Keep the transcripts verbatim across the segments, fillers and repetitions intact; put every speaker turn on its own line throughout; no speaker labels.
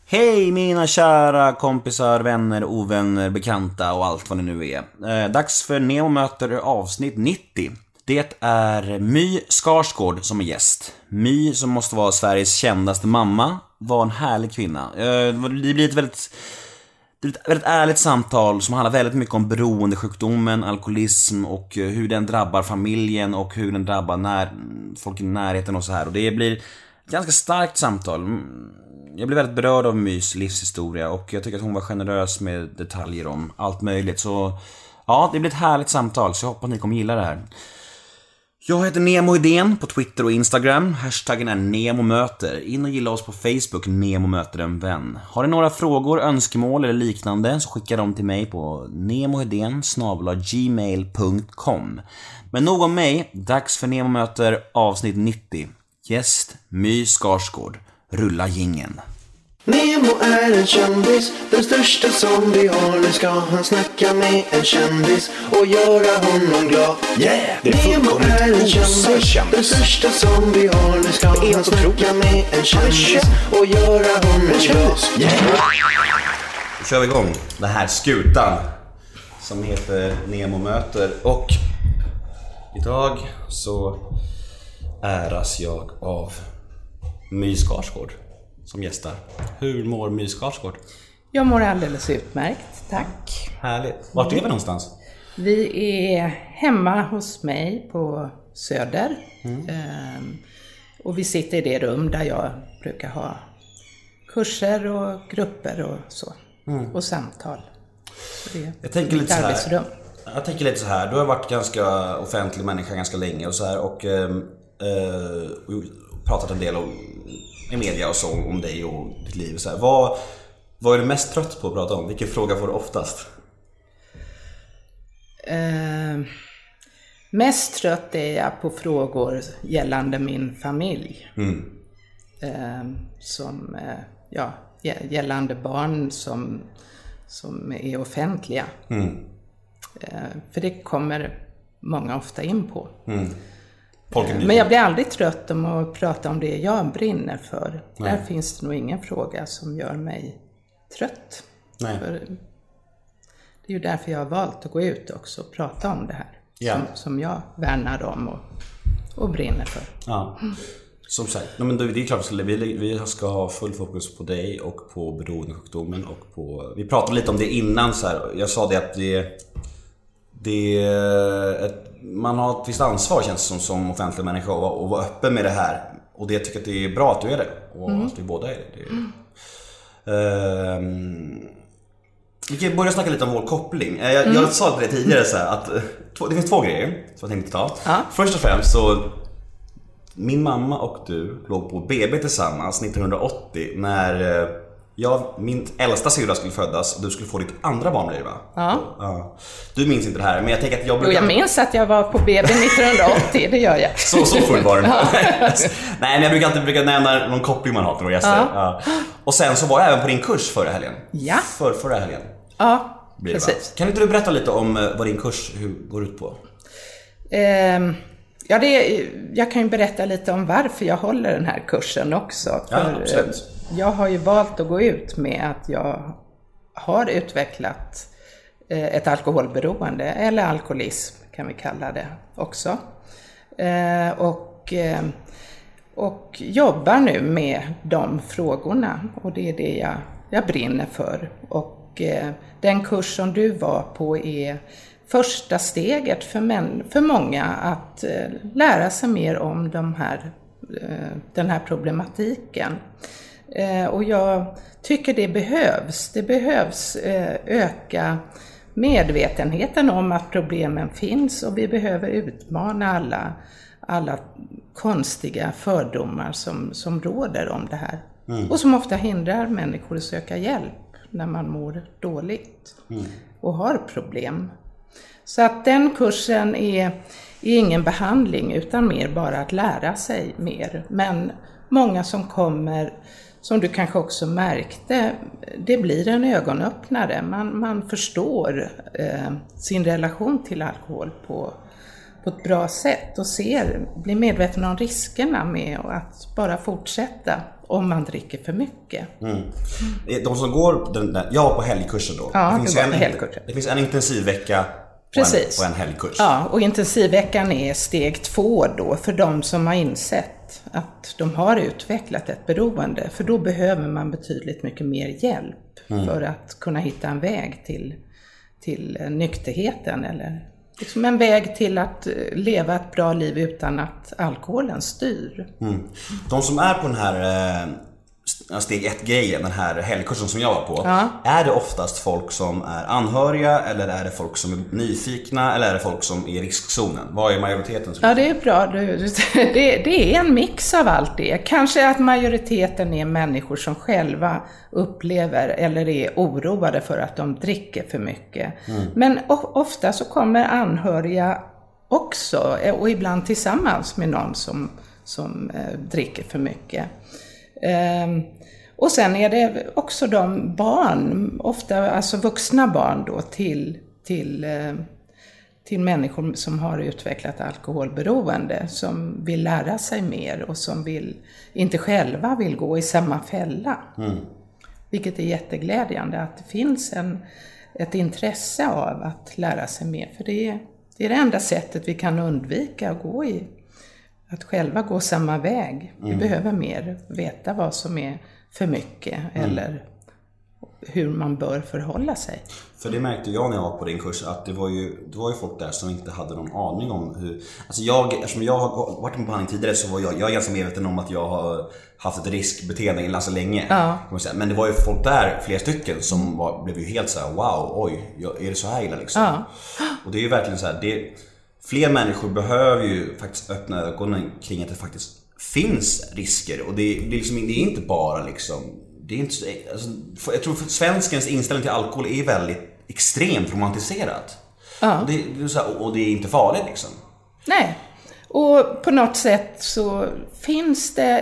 Hej mina kära kompisar, vänner, ovänner, bekanta och allt vad det nu är. Eh, dags för Nemo möter avsnitt nittio. Det är My Skarsgård som är gäst. My, som måste vara Sveriges kändaste mamma, var en härlig kvinna. Eh, det blir ett väldigt, det blir ett väldigt ärligt samtal som handlar väldigt mycket om beroendesjukdomen, alkoholism och hur den drabbar familjen och hur den drabbar när, folk i närheten och så här. Och det blir ett ganska starkt samtal. Jag blev väldigt berörd av Mys livshistoria och jag tycker att hon var generös med detaljer om allt möjligt. Så ja, det blir ett härligt samtal, så jag hoppas att ni kommer gilla det här. Jag heter Nemo Idén på Twitter och Instagram. Hashtaggen är NEMOMÖTER. In och gilla oss på Facebook, Nemo möter en vän. Har ni några frågor, önskemål eller liknande så skicka dem till mig på nemohedén snabel-a gmail punkt com. Men nog om mig, dags för Nemo möter avsnitt nittio. Gäst My Skarsgård. Rulla jingeln.
Nemo är en kändis, den största som vi har. Nu ska han snacka med en kändis och göra honom glad.
Yeah, det är
Nemo är en kändis,
kändis,
den största som vi har. Nu ska han snacka med en kändis och göra honom glad.
Yeah. Då kör vi igång den här skutan som heter Nemo möter. Och idag så äras jag av My Skarsgård som gästar. Hur mår My Skarsgård?
Jag mår alldeles utmärkt, tack.
Härligt. Vart är vi någonstans?
Vi är hemma hos mig på Söder. Mm. Ehm, och vi sitter i det rum där jag brukar ha kurser och grupper och så. Mm. Och samtal. Så det är
jag tänker lite så här.
Arbetsrum.
Jag tänker lite så här. Du har varit ganska offentlig människa ganska länge och så här. Och eh, eh, pratat en del om i media och så om dig och ditt liv så här. Vad, vad är du mest trött på att prata om? Vilken fråga får du oftast?
Eh, mest trött är jag på frågor gällande min familj. Mm. Eh, som, eh, ja, gällande barn som, som är offentliga. Mm. Eh, för det kommer många ofta in på. Mm. Men jag blir aldrig trött om att prata om det jag brinner för. Nej. Där finns det nog ingen fråga som gör mig trött. Nej. För det är ju därför jag har valt att gå ut också och prata om det här. Ja. Som, som jag värnar om och, och brinner för.
Ja. Som sagt, men det är klart att vi, vi ska ha full fokus på dig och på beroendesjukdomen. Och på, vi pratade lite om det innan. Så här. Jag sa det att det, det ett, man har ett visst ansvar känns som, som offentlig människa och, och vara öppen med det här. Och det jag tycker att det är bra att du är det. Och mm. att vi båda är det, det är, mm. um, Vi kan börja snacka lite om vår koppling. Jag, mm. jag sa det tidigare så här, att det finns två grejer som jag tänkte ta. Ja. Först och främst så min mamma och du låg på B B tillsammans nittonhundraåttio när jag, min äldsta syrra skulle födas och du skulle få ditt andra barn blir, va?
Ja.
Ja. Du minns inte det här, men jag tänker att jag
brukar... Jo, jag minns att jag var på B B nittonhundraåttio, det gör jag.
Så, så full var den. Ja. Nej, men jag brukar alltid brukar nämna någon koppling man har till några gäster. Ja. Ja. Och sen så var jag även på din kurs förra helgen.
Ja.
För, förra helgen.
Ja,
blir
precis.
Det, kan inte du berätta lite om vad din kurs hur går ut på?
Ehm... Ja, det, jag kan ju berätta lite om varför jag håller den här kursen också. För
ja,
jag har ju valt att gå ut med att jag har utvecklat ett alkoholberoende, eller alkoholism kan vi kalla det också. Och, och jobbar nu med de frågorna och det är det jag, jag brinner för. Och den kurs som du var på är första steget för, män, för många att eh, lära sig mer om de här, eh, den här problematiken. Eh, och jag tycker det behövs. Det behövs eh, öka medvetenheten om att problemen finns och vi behöver utmana alla, alla konstiga fördomar som, som råder om det här. Mm. Och som ofta hindrar människor att söka hjälp när man mår dåligt mm. och har problem. Så att den kursen är, är ingen behandling utan mer bara att lära sig mer. Men många som kommer, som du kanske också märkte, det blir en ögonöppnare. Man, man förstår eh, sin relation till alkohol på, på ett bra sätt och ser, blir medveten om riskerna med att bara fortsätta om man dricker för mycket.
Mm. De som går, den, den, jag var på helgkursen då.
Ja,
det, finns
det,
en,
helgkursen.
det finns en intensivvecka på en, på en helgkurs.
Ja, och intensivveckan är steg två då för de som har insett att de har utvecklat ett beroende. För då behöver man betydligt mycket mer hjälp mm. för att kunna hitta en väg till, till nykterheten eller liksom en väg till att leva ett bra liv utan att alkoholen styr.
Mm. De som är på den här eh, steg ett-grejen, den här helgkursen som jag var på, ja. Är det oftast folk som är anhöriga eller är det folk som är nyfikna eller är det folk som är i riskzonen? Vad är majoriteten?
Ja, det är bra. Det, det är en mix av allt det. Kanske att majoriteten är människor som själva upplever eller är oroade för att de dricker för mycket. Mm. Men ofta så kommer anhöriga också och ibland tillsammans med någon som, som eh, dricker för mycket. Um, och sen är det också de barn, ofta alltså vuxna barn då till, till, uh, till människor som har utvecklat alkoholberoende som vill lära sig mer och som vill, inte själva vill gå i samma fälla. Mm. Vilket är jätteglädjande att det finns en, ett intresse av att lära sig mer, för det är, det är det enda sättet vi kan undvika att gå i. Att själva gå samma väg. Vi mm. behöver mer veta vad som är för mycket mm. eller hur man bör förhålla sig.
För det märkte jag när jag var på din kurs att det var ju, det var ju folk där som inte hade någon aning om hur... Alltså jag, eftersom jag har varit på behandling tidigare så var jag, jag är ganska medveten om att jag har haft ett riskbeteende ganska länge. Ja. Men det var ju folk där, flera stycken, som var, blev ju helt så här: wow, oj, är det så här illa liksom? Ja. Och det är ju verkligen så här... Det, fler människor behöver ju faktiskt öppna ögonen kring att det faktiskt finns risker. Och det, det, är, liksom, det är inte bara liksom... Det är inte, alltså, jag tror att svenskens inställning till alkohol är väldigt extremt romantiserat. Ja. Och, det, det är så här, och det är inte farligt liksom.
Nej, och på något sätt så finns det,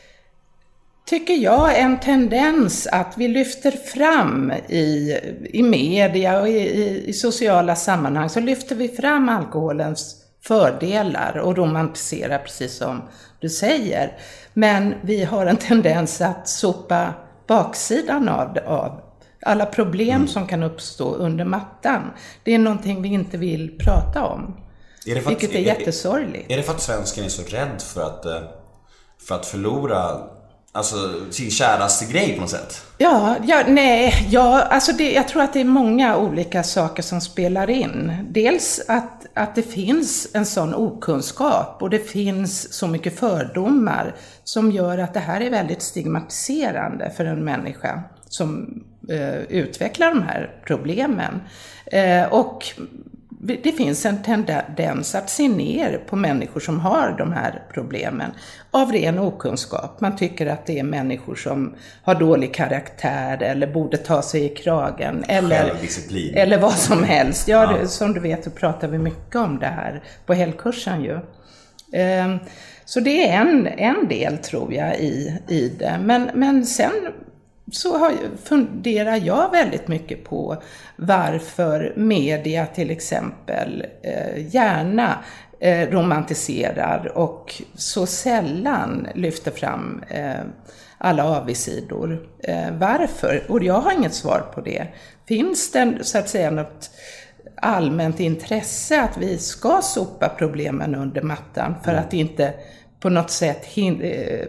tycker jag, en tendens att vi lyfter fram i, i media och i, i, i sociala sammanhang så lyfter vi fram alkoholens fördelar och romantiserar precis som du säger. Men vi har en tendens att sopa baksidan av, av alla problem mm. som kan uppstå under mattan. Det är någonting vi inte vill prata om. Är det för att, vilket är, är jättesorgligt.
Är det för att svensken är så rädd för att, för att förlora alltså, sin käraste grej på något sätt?
Ja, ja nej. Ja, alltså det, jag tror att det är många olika saker som spelar in. Dels att, att det finns en sån okunskap och det finns så mycket fördomar som gör att det här är väldigt stigmatiserande för en människa som eh, utvecklar de här problemen. Eh, och det finns en tendens att se ner på människor som har de här problemen av ren okunskap. Man tycker att det är människor som har dålig karaktär eller borde ta sig i kragen eller, eller vad som helst. Ja, ja. Som du vet så pratar vi mycket om det här på helgkursen ju. Så det är en, en del tror jag i, i det. Men, men sen så har, funderar jag väldigt mycket på varför media till exempel eh, gärna eh, romantiserar och så sällan lyfter fram eh, alla avigsidor. Eh, varför? Och jag har inget svar på det. Finns det så att säga något allmänt intresse att vi ska sopa problemen under mattan för att inte på något sätt hin- eh,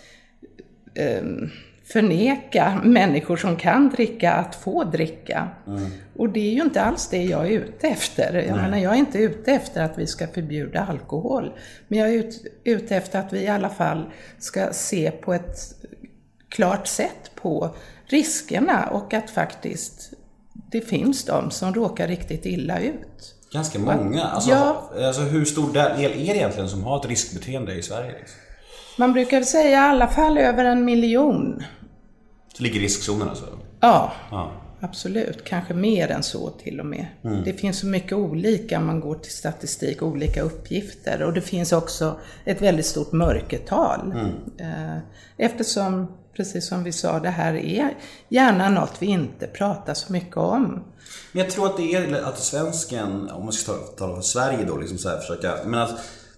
eh, förneka människor som kan dricka att få dricka. Mm. Och det är ju inte alls det jag är ute efter. Jag menar, jag är inte ute efter att vi ska förbjuda alkohol. Men jag är ut, ute efter att vi i alla fall ska se på ett klart sätt på riskerna och att faktiskt det finns de som råkar riktigt illa ut.
Ganska många. Alltså, ja. alltså hur stor del är det egentligen som har ett riskbeteende i Sverige? Liksom?
Man brukar säga i alla fall över en miljon.
Så ligger riskzonen alltså?
Ja, ja, absolut. Kanske mer än så till och med. Mm. Det finns så mycket olika, man går till statistik, olika uppgifter. Och det finns också ett väldigt stort mörkertal. Mm. Eftersom, precis som vi sa, det här är gärna något vi inte pratar så mycket om.
Men jag tror att det är att svensken, om man ska tala för Sverige då, liksom så här, försöka, men att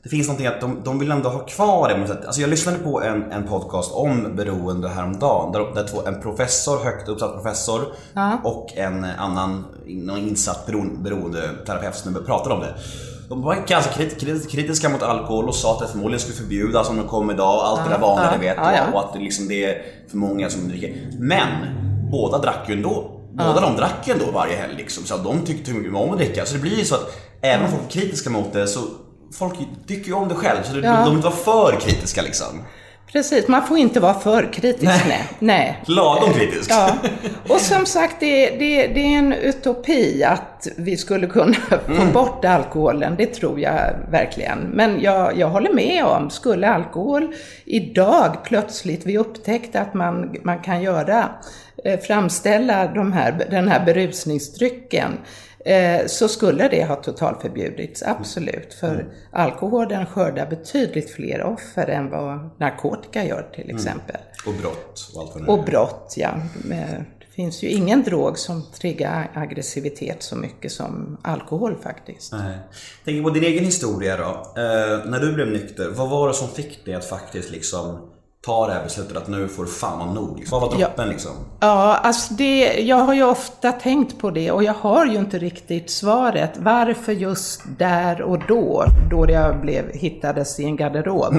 det finns någonting att de, de vill ändå ha kvar det. Alltså jag lyssnade på en, en podcast om beroende häromdagen. Där, där två, en professor, högt uppsatt professor ja. och en annan någon insatt beroendeterapeut som pratade om det. De var ganska kritiska mot alkohol och sa att det förmodligen skulle förbjudas om de kom idag. Allt ja. det där vanliga ja. vet. Ja, ja. Och att det, liksom, det är för många som dricker. Men båda drack ju ändå. Båda ja. de drack ju ändå varje helg liksom, så att de tyckte mycket om att dricka. Så det blir ju så att även om folk är kritiska mot det så folk tycker ju om det själv. Så det, ja. de inte var för kritiska liksom.
Precis, man får inte vara för kritisk. Nej, nej. nej.
Lagom kritisk.
Ja. Och som sagt, det, det, det är en utopi att vi skulle kunna få mm. bort alkoholen. Det tror jag verkligen. Men jag, jag håller med om, skulle alkohol idag plötsligt vi upptäckte att man, man kan göra, framställa de här, den här berusningsdrycken, så skulle det ha totalförbjudits, absolut. För mm. alkoholen skördar betydligt fler offer än vad narkotika gör till exempel.
Mm. Och brott. Och, allt
och brott, ja. Det finns ju ingen drog som triggar aggressivitet så mycket som alkohol faktiskt.
Nej. Tänk på din egen historia då. Eh, när du blev nykter, vad var det som fick dig att faktiskt liksom ta det här beslutet att nu får fan man nog? Liksom. Vad var droppen liksom?
Ja, alltså det, jag har ju ofta tänkt på det och jag har ju inte riktigt svaret. Varför just där och då, då jag blev, hittades i en garderob.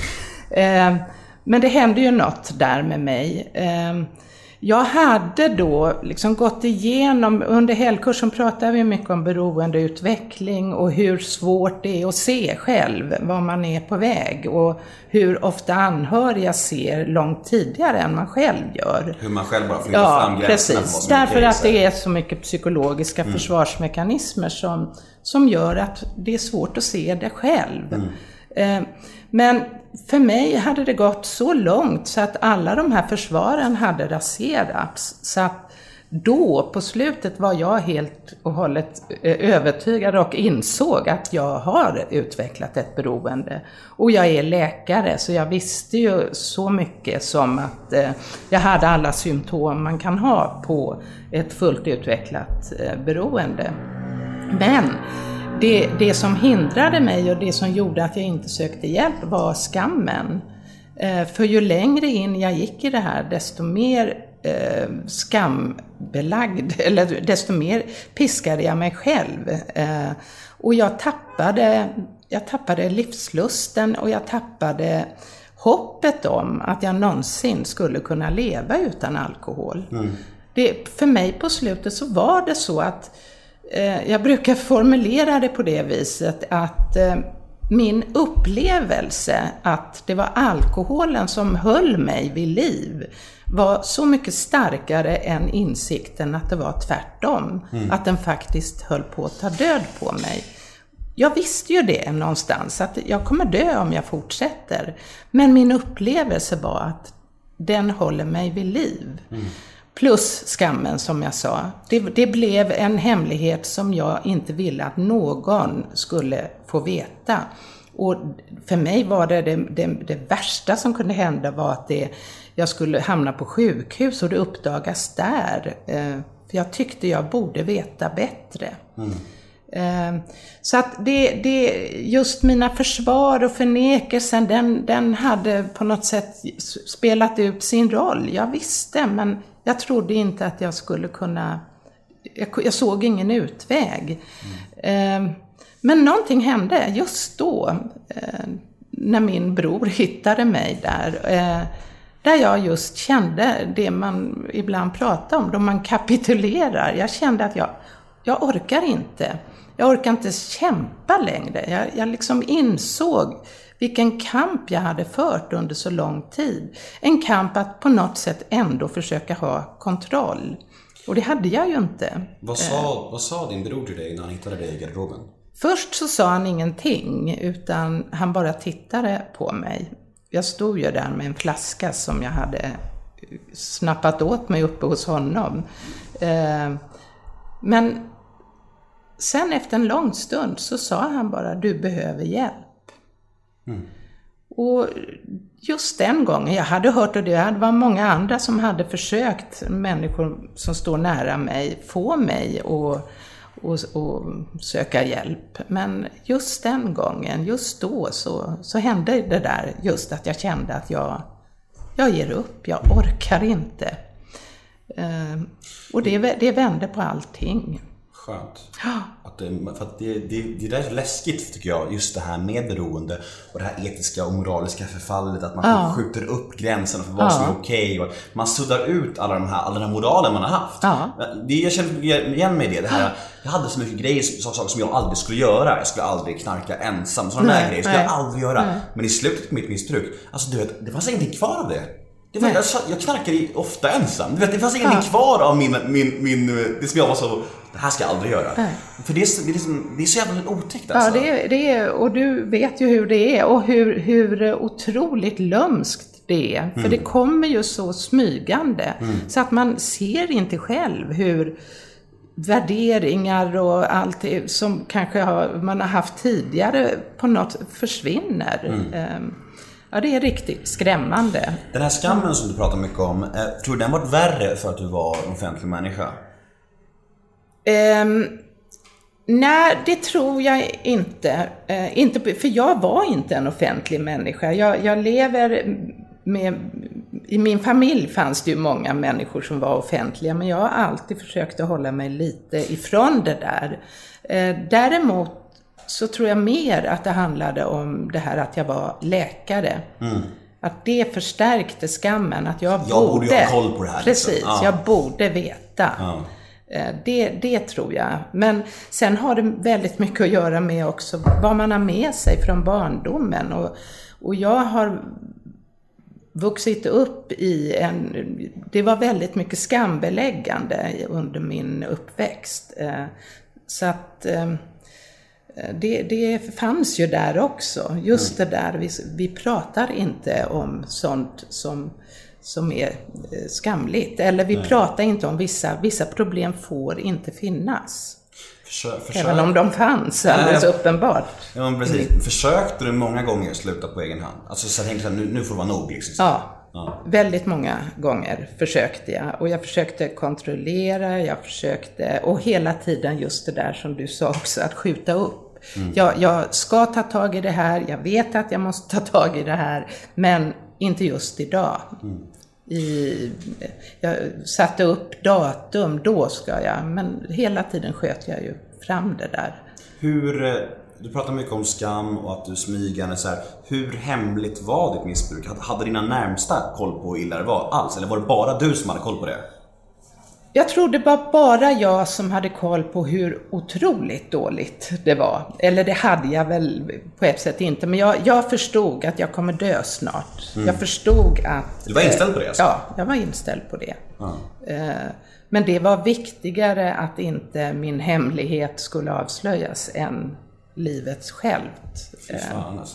eh, men det hände ju något där med mig. Eh, Jag hade då liksom gått igenom, under helgkursen pratade vi mycket om beroendeutveckling och hur svårt det är att se själv var man är på väg och hur ofta anhöriga ser långt tidigare än man själv gör.
Hur man själv bara flyttar ja, fram gränserna.
Precis, därför att det är så mycket psykologiska mm. försvarsmekanismer som, som gör att det är svårt att se det själv. Mm. Eh, men för mig hade det gått så långt så att alla de här försvaren hade raserats. Så att då på slutet var jag helt och hållet övertygad och insåg att jag har utvecklat ett beroende. Och jag är läkare så jag visste ju så mycket som att eh, jag hade alla symptom man kan ha på ett fullt utvecklat eh, beroende. Men Det, det som hindrade mig och det som gjorde att jag inte sökte hjälp var skammen. Eh, för ju längre in jag gick i det här, desto mer eh, skambelagd, eller desto mer piskade jag mig själv. Eh, och jag tappade, jag tappade livslusten och jag tappade hoppet om att jag någonsin skulle kunna leva utan alkohol. Mm. Det, för mig på slutet så var det så att jag brukar formulera det på det viset att min upplevelse att det var alkoholen som höll mig vid liv var så mycket starkare än insikten att det var tvärtom. Mm. Att den faktiskt höll på att ta död på mig. Jag visste ju det någonstans, att jag kommer dö om jag fortsätter. Men min upplevelse var att den håller mig vid liv. Mm. Plus skammen som jag sa. Det, det blev en hemlighet som jag inte ville att någon skulle få veta. Och för mig var det det, det, det värsta som kunde hända var att det, jag skulle hamna på sjukhus och det uppdagas där. För jag tyckte jag borde veta bättre. Mm. Så att det, det, just mina försvar och förnekelsen, den, den hade på något sätt spelat ut sin roll. Jag visste, men jag trodde inte att jag skulle kunna, jag, jag såg ingen utväg. Mm. Eh, men någonting hände just då, eh, när min bror hittade mig där. Eh, där jag just kände det man ibland pratar om, då man kapitulerar. Jag kände att jag, jag orkar inte. Jag orkar inte kämpa längre. Jag, jag liksom insåg vilken kamp jag hade fört under så lång tid. En kamp att på något sätt ändå försöka ha kontroll. Och det hade jag ju inte.
Vad sa, vad sa din bror till dig när han hittade dig i garderoben?
Först så sa han ingenting, utan han bara tittade på mig. Jag stod ju där med en flaska som jag hade snappat åt mig uppe hos honom. Men sen efter en lång stund så sa han bara, du behöver hjälp. Mm. Och just den gången, jag hade hört och det var många andra som hade försökt, människor som står nära mig, få mig och, och, och söka hjälp. Men just den gången, just då så, så hände det där, just att jag kände att jag, jag ger upp, jag orkar inte. Uh, och det, det vände på allting.
Skönt. Att det, för att det, det, det där är så läskigt tycker jag, just det här med beroende och det här etiska och moraliska förfallet, att man ja. skjuter upp gränserna för vad ja. som är okej, och att man suddar ut alla de här, alla den här moralen man har haft. Ja. Det, jag känner igen mig i det, det här, jag hade så mycket grejer, saker som jag aldrig skulle göra. Jag skulle aldrig knarka ensam, sådana där grejer skulle nej. jag aldrig göra. Nej. Men i slutet på mitt missbruk, alltså du vet, det fanns ingenting kvar av det. Det var, jag, jag knarkade ofta ensam. Du vet, det fanns ingenting ja. kvar av min, min, min, det som jag var så, det här ska jag aldrig göra. Nej. För det är, det, är liksom, det är så jävla otäckt alltså.
Ja, det är, det är, och du vet ju hur det är och hur, hur otroligt lömskt det är. Mm. För det kommer ju så smygande mm. så att man ser inte själv hur värderingar och allt som kanske har, man har haft tidigare på något försvinner. Mm. Ja, det är riktigt skrämmande.
Den här skammen som du pratar mycket om, tror du den var värre för att du var en offentlig människa?
Um, nej, det tror jag inte. Uh, inte. För jag var inte en offentlig människa. Jag, jag lever med... I min familj fanns det ju många människor som var offentliga, men jag har alltid försökt att hålla mig lite ifrån det där. Uh, däremot så tror jag mer att det handlade om det här att jag var läkare. Mm. Att det förstärkte skammen. Att jag,
jag
borde,
borde ha koll på det här.
Precis,
liksom. ja.
jag borde veta.
Ja.
Det, det tror jag. Men sen har det väldigt mycket att göra med också vad man har med sig från barndomen. Och, och jag har vuxit upp i en... Det var väldigt mycket skambeläggande under min uppväxt. Så att... Det, det fanns ju där också. Just mm. det där, vi, vi pratar inte om sånt som, som är skamligt. Eller vi Nej. pratar inte om vissa, vissa problem får inte finnas.
Försök, försök.
Även om de fanns, alldeles äh, uppenbart.
Ja, men precis. Mm. Försökte du många gånger sluta på egen hand? Alltså så jag tänkte att nu, nu får det vara nog liksom.
Ja. Ja. Väldigt många gånger försökte jag. Och jag försökte kontrollera, jag försökte, och hela tiden just det där som du sa också, att skjuta upp. Mm. Jag, jag ska ta tag i det här, jag vet att jag måste ta tag i det här, men inte just idag. Mm. I, jag satte upp datum, då ska jag, men hela tiden sköt jag ju fram det där.
Hur... Du pratar mycket om skam och att du smygande så här. Hur hemligt var ditt missbruk? Hade dina närmsta koll på hur illa det var alls? Eller var det bara du som hade koll på det?
Jag tror det var bara jag som hade koll på hur otroligt dåligt det var. Eller det hade jag väl på ett sätt inte. Men jag, jag förstod att jag kommer dö snart. Mm. Jag förstod att...
Du var inställd på det alltså?
Ja, jag var inställd på det.
Mm.
Men det var viktigare att inte min hemlighet skulle avslöjas än livet självt.
Fy fan alltså.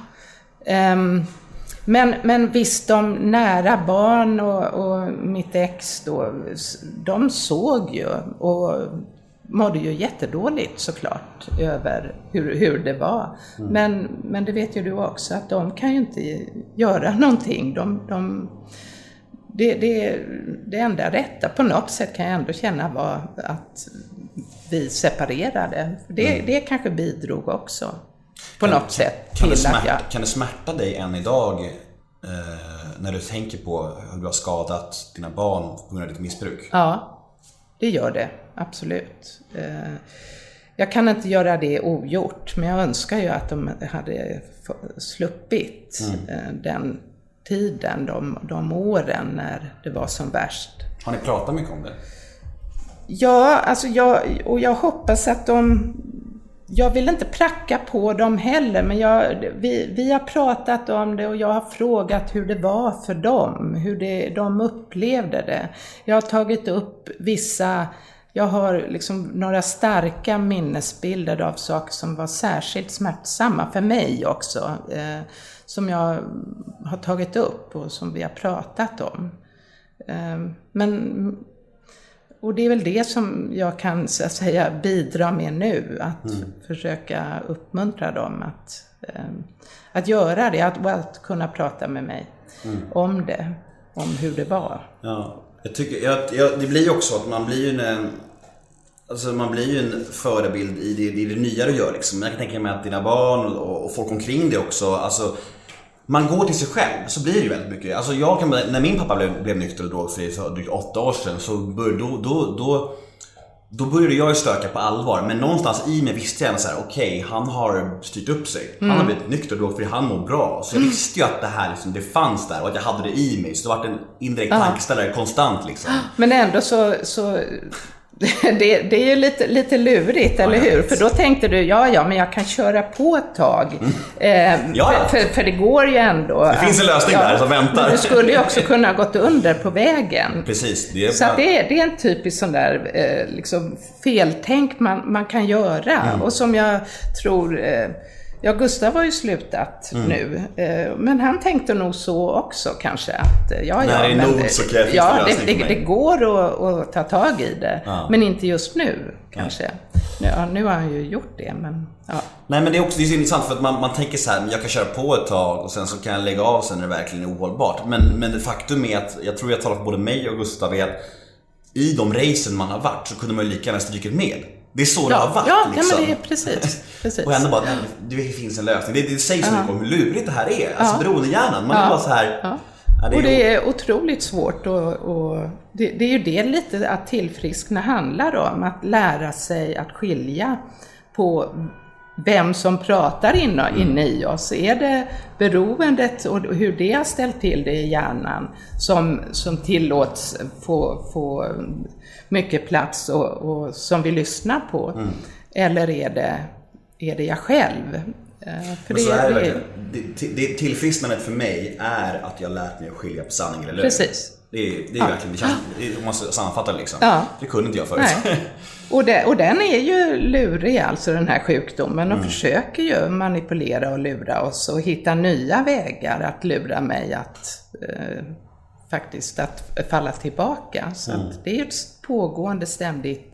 Um, men, men visst, de nära barn och, och mitt ex då, de såg ju och mådde ju jättedåligt såklart över hur, hur det var. Mm. Men, men det vet ju du också, att de kan ju inte göra någonting. De, de, det, det, det enda rätta på något sätt kan jag ändå känna var att vi separerade. Det, mm. det kanske bidrog också på
kan,
något sätt.
Kan,
till
det smärta,
att jag...
kan det smärta dig än idag eh, när du tänker på hur du har skadat dina barn på grund av ditt missbruk?
Ja, det gör det. Absolut. Eh, jag kan inte göra det ogjort, men jag önskar ju att de hade sluppit mm. eh, den tiden, de, de åren när det var som värst.
Har ni pratat mycket om det?
Ja, alltså jag, och jag hoppas att de, jag vill inte pracka på dem heller, men jag, vi, vi har pratat om det och jag har frågat hur det var för dem, hur det, de upplevde det. Jag har tagit upp vissa, jag har liksom några starka minnesbilder av saker som var särskilt smärtsamma för mig också, eh, som jag har tagit upp och som vi har pratat om. Eh, men... Och det är väl det som jag kan så att säga bidra med nu, att mm. försöka uppmuntra dem att, eh, att göra det, att, att kunna prata med mig mm. om det, om hur det var.
Ja, jag tycker, jag, jag, det blir ju också att man blir ju en, Alltså man blir ju en förebild i det, i det nya du gör liksom. Men jag kan tänka mig att dina barn och, och folk omkring det också, alltså man går till sig själv så blir det ju väldigt mycket. Alltså jag kan, när min pappa blev, blev nykter och drogfri för drygt åtta år sedan, så bör, då, då, då, då började jag ju stöka på allvar. Men någonstans i mig visste jag så här: okej, okay, han har styrt upp sig. Mm. Han har blivit nykter och drogfri, han mår bra. Så jag visste ju att det här liksom, det fanns där och att jag hade det i mig. Så det var en indirekt ja. tankeställare konstant liksom. Men
ändå så... så... Det, det är ju lite, lite lurigt, eller hur? För då tänkte du, ja, ja, men jag kan köra på ett tag. Mm. Eh,
ja, ja.
För, för det går ju ändå.
Det finns en lösning ja, där som väntar.
Men du skulle ju också kunna ha gått under på vägen.
Precis. Det är
så att det, är, det är en typisk sån där eh, liksom feltänk man, man kan göra. Mm. Och som jag tror... Eh, Ja, Gustav har ju slutat mm. nu, men han tänkte nog så också kanske att ja, ja,
Nej,
men,
nog så krävs
ja det, det, det går att, att ta tag i det, ja. men inte just nu kanske. Nu, ja, nu har han ju gjort det, men ja.
Nej, men det är också det är så intressant för att man, man tänker så här, jag kan köra på ett tag och sen så kan jag lägga av sen när det verkligen är ohållbart. Men, men det faktum är att, jag tror jag talar för både mig och Gustav, är att i de racen man har varit så kunde man ju lika gärna strykit med. Det är så
ja,
det har varit
ja,
liksom.
Ja, men det är precis, precis.
Och ändå bara, nej, det finns en lösning. Det, det säger så mycket om hur lurigt det här är. Alltså beroendehjärnan, man ja. är bara så här
ja. Ja, det är och det är otroligt svårt och, och det, det är ju det lite att tillfriskna handlar om. Att lära sig att skilja på vem som pratar inne, mm. inne i oss. Är det beroendet och hur det har ställt till det i hjärnan som, som tillåts få, få mycket plats och, och som vi lyssnar på? Mm. Eller är det, är det jag själv?
För det, är det, det, det tillfrisknandet för mig är att jag lärt mig att skilja på sanning eller lögn.
Precis.
Det är, det är ja. verkligen, det känns, det, om man sammanfattar det liksom. Ja. Det kunde inte jag förut. Nej.
Och, det, och den är ju lurig, alltså den här sjukdomen, och mm. försöker ju manipulera och lura oss och hitta nya vägar att lura mig att eh, faktiskt att falla tillbaka. Så mm. att det är ett pågående ständigt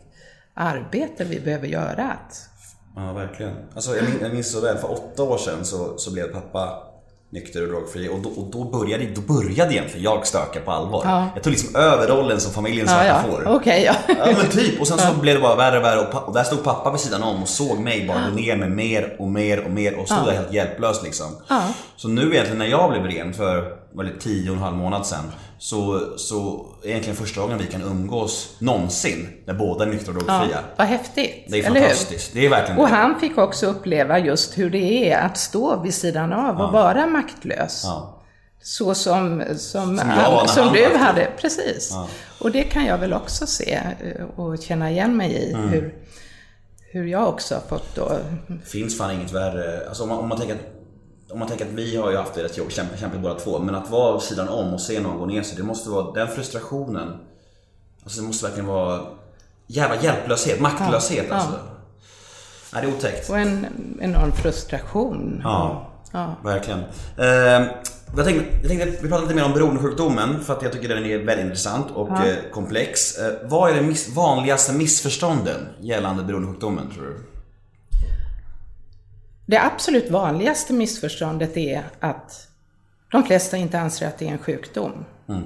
arbete vi behöver göra. Att...
Ja, verkligen. Alltså, jag, minns, jag minns så väl, för åtta år sedan så, så blev pappa nykter och drogfri, och då, och då, började, då började egentligen jag stöka på allvar. Ja. Jag tog liksom över rollen som familjens svarta
ja, ja.
får.
Okay, ja.
ja, men typ. Och sen så ja. blev det bara värre och värre, och, och där stod pappa vid sidan om och såg mig bara gå ner med mer och mer och mer och stod ja. där helt hjälplös liksom. Ja. Så nu egentligen när jag blev ren för var det tio och en halv månad sedan, så, så egentligen första gången vi kan umgås någonsin när båda är nyktra och drogfria. Ja,
vad häftigt.
Det är fantastiskt. Det är verkligen
och
det.
Han fick också uppleva just hur det är att stå vid sidan av och ja. vara maktlös. Ja. Så som, som, som, all, som du hade. Precis. Ja. Och det kan jag väl också se och känna igen mig i. Mm. Hur, hur jag också har fått då...
Finns fan inget värre. Alltså om man, om man tänker att Om man tänker att vi har ju haft det rätt jobb, kämpat, kämpat båda två, men att vara sidan om och se någon gå ner sig, det måste vara den frustrationen. Alltså det måste verkligen vara jävla hjälplöshet, maktlöshet ja, alltså. Ja. Nej, det är otäckt.
Och en enorm frustration.
Ja, ja. verkligen. Eh, jag, tänkte, jag tänkte vi pratar lite mer om beroendesjukdomen, för att jag tycker den är väldigt intressant och ja. eh, komplex. Eh, vad är de miss- vanligaste missförstånden gällande beroendesjukdomen, tror du?
Det absolut vanligaste missförståndet är att de flesta inte anser att det är en sjukdom. Mm.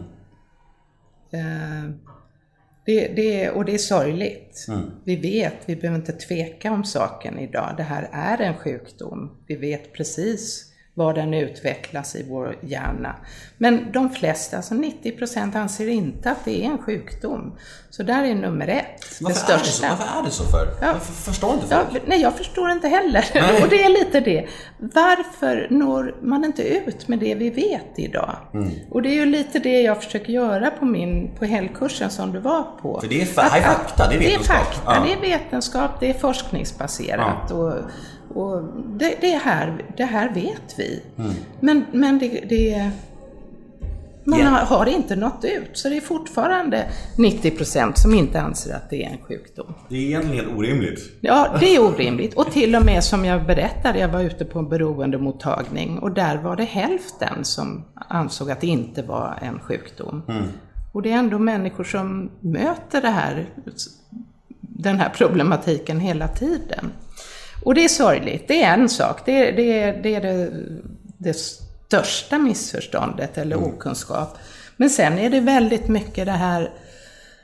Det, det, och det är sorgligt. Mm. Vi vet, vi behöver inte tveka om saken idag. Det här är en sjukdom. Vi vet precis var den utvecklas i vår hjärna. Men de flesta, alltså nittio procent, anser inte att det är en sjukdom. Så där är nummer ett.
Varför, är det, så? Varför är det så för? Ja. Jag förstår inte för.
Ja, nej, jag förstår inte heller. Nej. Och det är lite det. Varför når man inte ut med det vi vet idag? Mm. Och det är ju lite det jag försöker göra på min på helgkursen som du var på.
För det är, fa- att, fakta, det är vetenskap.
Det är fakta, ja. det är vetenskap, det är forskningsbaserat. Ja. Och, och det, det, här, det här vet vi. Mm. Men, men det... det man yeah. har, har inte nått ut, så det är fortfarande nittio procent som inte anser att det är en sjukdom.
Det är egentligen helt orimligt.
Ja, det är orimligt. Och till och med som jag berättade, jag var ute på en beroendemottagning och där var det hälften som ansåg att det inte var en sjukdom. Mm. Och det är ändå människor som möter det här, den här problematiken hela tiden. Och det är sorgligt, det är en sak, det, det, det är det, det största missförståndet eller mm. okunskap. Men sen är det väldigt mycket det här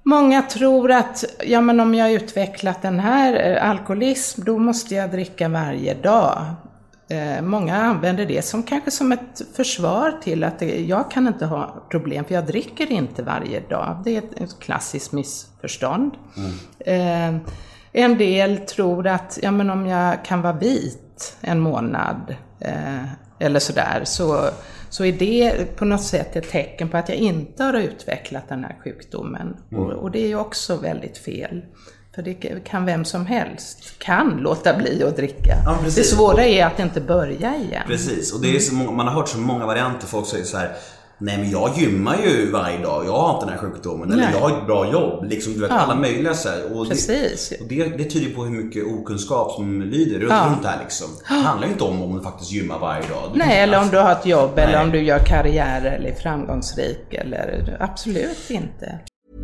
Många tror att ja, men om jag har utvecklat den här alkoholism, då måste jag dricka varje dag. Eh, många använder det som kanske som ett försvar till att det, jag kan inte ha problem för jag dricker inte varje dag. Det är ett, ett klassiskt missförstånd. Mm. Eh, en del tror att ja, men om jag kan vara vit en månad eh, eller sådär så, så är det på något sätt ett tecken på att jag inte har utvecklat den här sjukdomen. Mm. Och, och det är ju också väldigt fel. För det kan vem som helst kan låta bli att dricka. Ja, det svåra är att inte börja igen.
Precis, och det är så många, man har hört så många varianter. Folk säger så här: nej men jag gymmar ju varje dag, jag har inte den här sjukdomen. Nej. Eller jag har ett bra jobb, liksom, du vet, ja. alla möjliga så här. Och,
Precis.
Det, och det, det tyder på hur mycket okunskap som lyder runt, ja. runt här liksom. Det handlar ju inte om om du faktiskt gymmar varje dag. Du
nej, eller om du har ett jobb, nej. eller om du gör karriär eller är framgångsrik. Eller, absolut inte.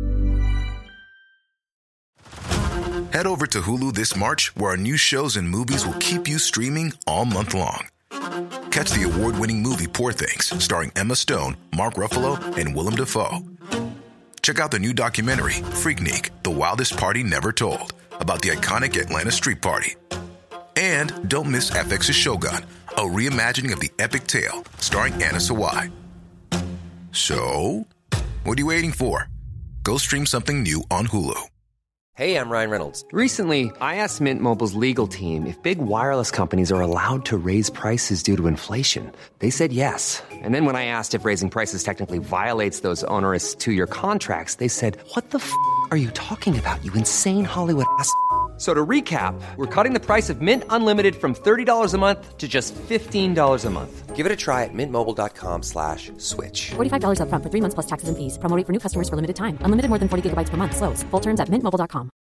Head over to Hulu this March, where our new shows and movies will keep you streaming all month long. Catch the award-winning movie Poor Things, starring Emma Stone, Mark Ruffalo, and Willem Dafoe. Check out the new documentary, Freaknik, The Wildest Party Never Told, about the iconic Atlanta Street Party. And don't miss F X's Shogun, a reimagining of the epic tale, starring Anna Sawai. So, what are you waiting for? Go stream something new on Hulu.
Hey, I'm Ryan Reynolds. Recently, I asked Mint Mobile's legal team if big wireless companies are allowed to raise prices due to inflation. They said yes. And then when I asked if raising prices technically violates those onerous two-year contracts, they said, what the f*** are you talking about, you insane Hollywood ass f- So to recap, we're cutting the price of Mint Unlimited from thirty dollars a month to just fifteen dollars a month. Give it a try at mintmobile.com slash switch.
forty-five dollars up front for three months plus taxes and fees. Promo rate for new customers for limited time. Unlimited more than forty gigabytes per month. Slows full terms at mint mobile dot com.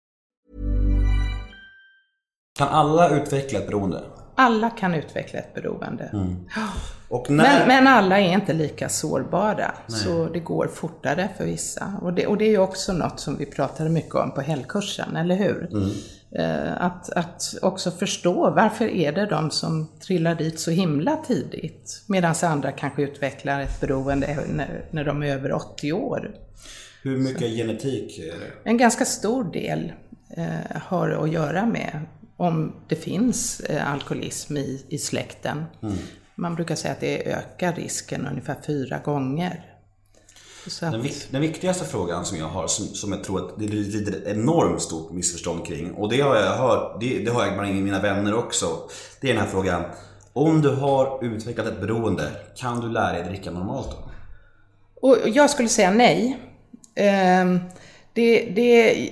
Kan alla utveckla ett beroende?
Alla kan utveckla ett beroende. Mm.
Och när...
men, men alla är inte lika sårbara. Nej. Så det går fortare för vissa. Och det, och det är ju också något som vi pratade mycket om på helgkursen, eller hur? Mm. Att, att också förstå varför är det de som trillar dit så himla tidigt, medan andra kanske utvecklar ett beroende när, när de är över åttio år.
Hur mycket så. Genetik är det?
En ganska stor del eh, har att göra med om det finns eh, alkoholism i, i släkten. Mm. Man brukar säga att det ökar risken ungefär fyra gånger. Så att...
den, den viktigaste frågan som jag har, som, som jag tror att det är ett enormt stort missförstånd kring, och det har jag hört, det, det har jag bland mina vänner också, det är den här frågan: om du har utvecklat ett beroende, kan du lära dig att dricka normalt då?
Och jag skulle säga nej. Um, det, det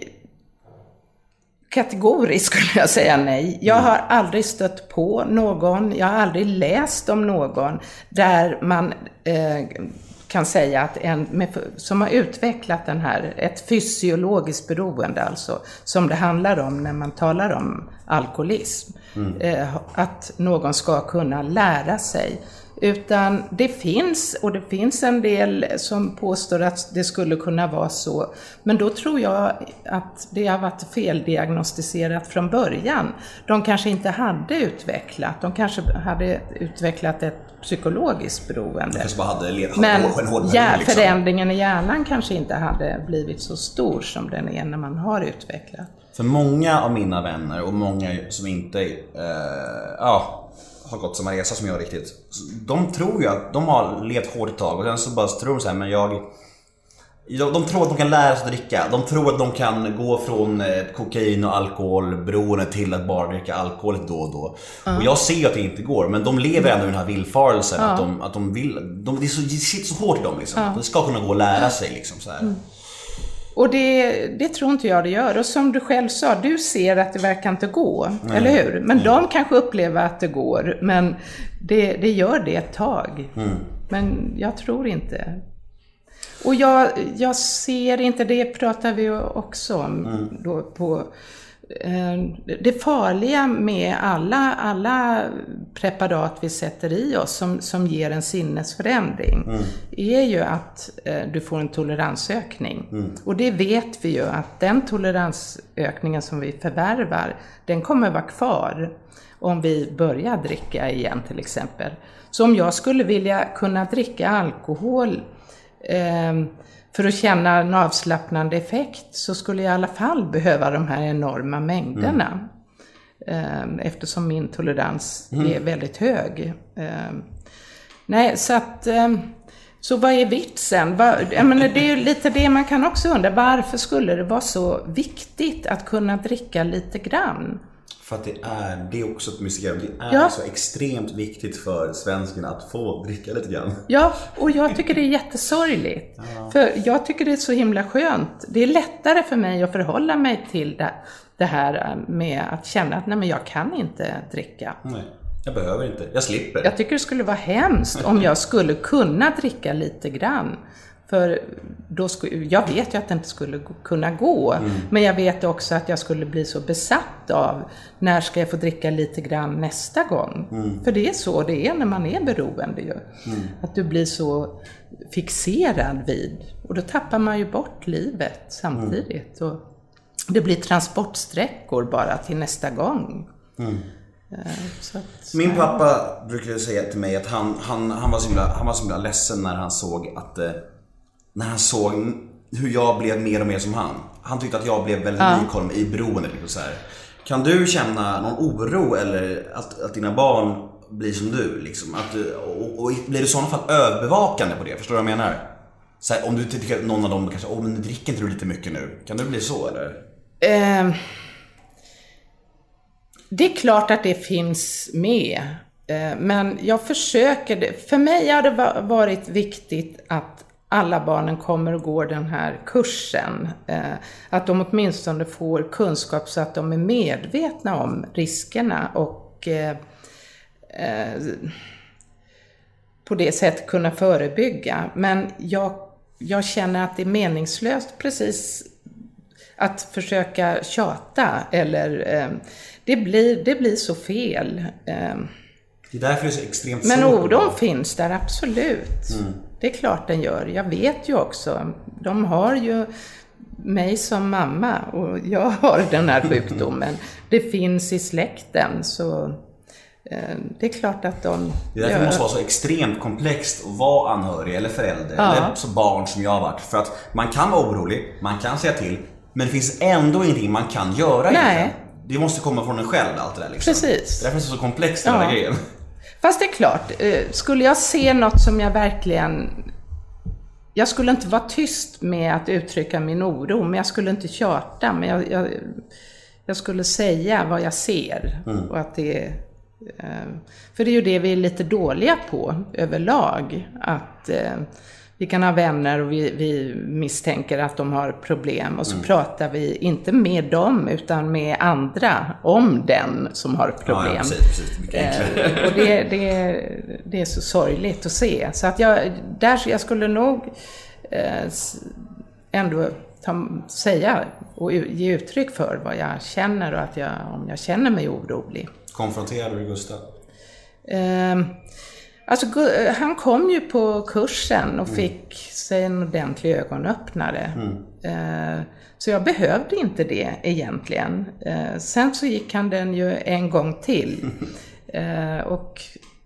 kategoriskt skulle jag säga nej. Jag har aldrig stött på någon, jag har aldrig läst om någon där man eh, kan säga att en med, som har utvecklat den här, ett fysiologiskt beroende alltså, som det handlar om när man talar om alkoholism, mm. eh, att någon ska kunna lära sig. Utan det finns, och det finns en del som påstår att det skulle kunna vara så. Men då tror jag att det har varit feldiagnostiserat från början. De kanske inte hade utvecklat, de kanske hade utvecklat ett psykologiskt beroende.
De kanske bara hade ledat
Men
en hård
ja,
liksom.
Förändringen i hjärnan kanske inte hade blivit så stor som den är när man har utvecklat.
För många av mina vänner och många som inte eh, ja, har gått samma resa som jag riktigt, de tror ju att de har levt hårt ett tag och sen så bara tror de så här, men jag de tror att de kan lära sig att dricka. De tror att de kan gå från kokain och alkoholberoende till att bara dricka alkohol då och då. Uh. Och jag ser att det inte går, men de lever ändå i den här villfarelsen uh. att, de, att de vill de, det, är så, det sitter så hårt i dem liksom. Uh. De ska kunna gå och lära sig liksom så här. Mm.
Och det, det tror inte jag det gör. Och som du själv sa, du ser att det verkar inte gå, mm. eller hur? Men mm. de kanske upplever att det går, men det, det gör det ett tag. Mm. Men jag tror inte. Och jag, jag ser inte, det pratar vi också om mm. då på... Det farliga med alla, alla preparat vi sätter i oss som, som ger en sinnesförändring mm. är ju att eh, du får en toleransökning. Mm. Och det vet vi ju att den toleransökningen som vi förvärvar, den kommer vara kvar om vi börjar dricka igen till exempel. Så om jag skulle vilja kunna dricka alkohol Eh, för att känna en avslappnande effekt så skulle jag i alla fall behöva de här enorma mängderna. Mm. Eh, eftersom min tolerans mm. är väldigt hög. Eh, nej, så att... Eh, Så vad är vitsen? Vad, jag menar, det är ju lite det man kan också undra. Varför skulle det vara så viktigt att kunna dricka lite grann?
För att det är, det är också ett mysterium. Det är
ja.
så extremt viktigt för svenskarna att få dricka lite grann.
Ja, och jag tycker det är jättesorgligt. Ja. För jag tycker det är så himla skönt. Det är lättare för mig att förhålla mig till det, det här med att känna att nej, men jag kan inte dricka.
Nej. Jag behöver inte, jag slipper.
Jag tycker det skulle vara hemskt om jag skulle kunna dricka lite grann. För då skulle, jag vet ju att det inte skulle kunna gå. Mm. Men jag vet också att jag skulle bli så besatt av när ska jag få dricka lite grann nästa gång. Mm. För det är så det är när man är beroende ju. Mm. Att du blir så fixerad vid. Och då tappar man ju bort livet samtidigt. Mm. Och det blir transportsträckor bara till nästa gång. Mm. Så att,
min pappa brukade säga till mig att han, han, han, var så himla, han var så himla ledsen när han såg att eh, när han såg hur jag blev mer och mer som han. Han tyckte att jag blev väldigt ja. lik honom i beroende. Så här. Kan du känna någon oro eller att, att dina barn blir som du? Liksom? Att du och, och blir du i sådana fall övervakande på det? Förstår du vad jag menar? Så här, om du tycker att någon av dem kanske, åh men dricker inte du lite mycket nu? Kan du bli så eller?
Eh. Det är klart att det finns med, men jag försöker, för mig har det varit viktigt att alla barnen kommer och går den här kursen. Att de åtminstone får kunskap så att de är medvetna om riskerna och på det sättet kunna förebygga. Men jag, jag känner att det är meningslöst precis att försöka tjata eller... Det blir, det blir så fel.
Det är därför det är så extremt
Men oron finns där, absolut. Mm. Det är klart den gör. Jag vet ju också. De har ju mig som mamma och jag har den här sjukdomen. Det finns i släkten så eh, det är klart att de...
Det är därför det måste vara så extremt komplext att vara anhörig eller förälder ja. eller så barn som jag har varit. För att man kan vara orolig, man kan säga till, men det finns ändå ingenting man kan göra.
Nej.
Egentligen. Det måste komma från en själv allt det där liksom.
Precis.
Därför är det så komplext den
ja.
här grejen.
Fast det är klart, skulle jag se något som jag verkligen... Jag skulle inte vara tyst med att uttrycka min oro, men jag skulle inte tjata, men jag, jag, jag skulle säga vad jag ser. Mm. Och att det, för det är ju det vi är lite dåliga på överlag, att... Vi kan ha vänner och vi, vi misstänker att de har problem och så mm. pratar vi inte med dem utan med andra om den som har problem.
Ja, ja, precis, precis. Mycket
eh, och det, det, det är så sorgligt att se. Så att jag, där, jag skulle nog eh, ändå ta, säga och ge uttryck för vad jag känner och att jag, om jag känner mig orolig.
Konfronterar du Gustav?
Eh, Alltså, han kom ju på kursen och fick mm. sig en ordentlig ögonöppnare. Mm. Så jag behövde inte det egentligen. Sen så gick han den ju en gång till. Och